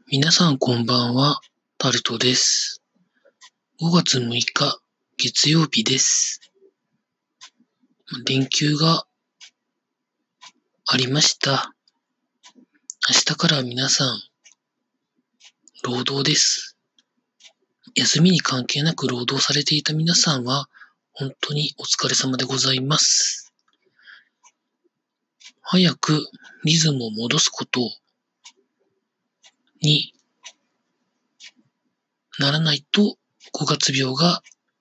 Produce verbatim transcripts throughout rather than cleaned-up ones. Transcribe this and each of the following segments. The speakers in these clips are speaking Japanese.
皆さんこんばんは、タルトです。ごがつむいか、月曜日です。連休がありました。明日から皆さん、労働です。休みに関係なく労働されていた皆さんは、本当にお疲れ様でございます。早くリズムを戻すことにならないと、ごがつ病が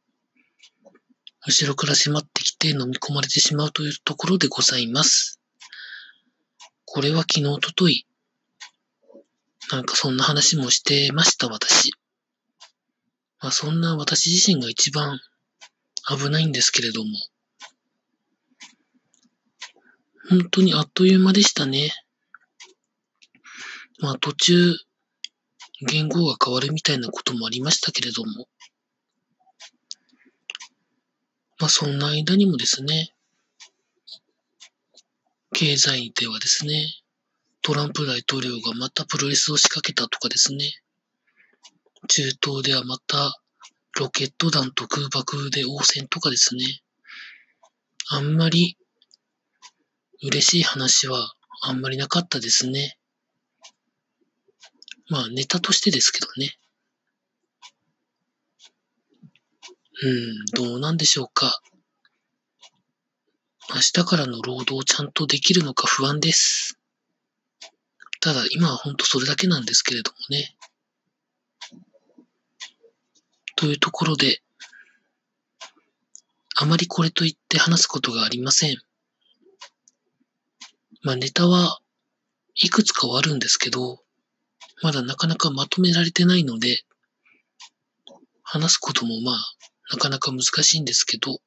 後ろから迫ってきて飲み込まれてしまうというところでございます。これは昨日、おととい、なんかそんな話もしてました、私。まあそんな私自身が一番危ないんですけれども。本当にあっという間でしたね。まあ途中、言語が変わるみたいなこともありましたけれども。まあそんな間にもですね、経済ではですね、トランプ大統領がまたプロレスを仕掛けたとかですね、中東ではまたロケット弾と空爆で応戦とかですね、あんまり嬉しい話はあんまりなかったですね。まあネタとしてですけどね。うん、どうなんでしょうか。明日からの労働をちゃんとできるのか不安です。ただ今はほんとそれだけなんですけれどもね。というところで、あまりこれといって話すことがありません。まあネタはいくつかはあるんですけど、まだなかなかまとめられてないので、話すこともまあなかなか難しいんですけど、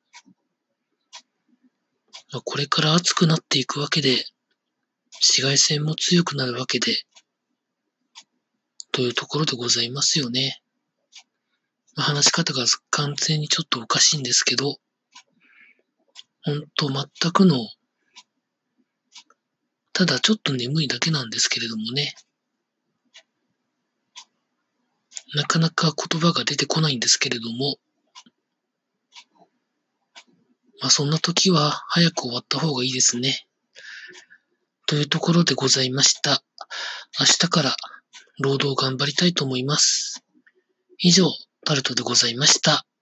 まあ、これから暑くなっていくわけで、紫外線も強くなるわけで、というところでございますよね。まあ、話し方が完全にちょっとおかしいんですけど、ほんと全くの、ただちょっと眠いだけなんですけれどもね。なかなか言葉が出てこないんですけれども、まあそんな時は早く終わった方がいいですね。というところでございました。明日から労働頑張りたいと思います。以上、タルトでございました。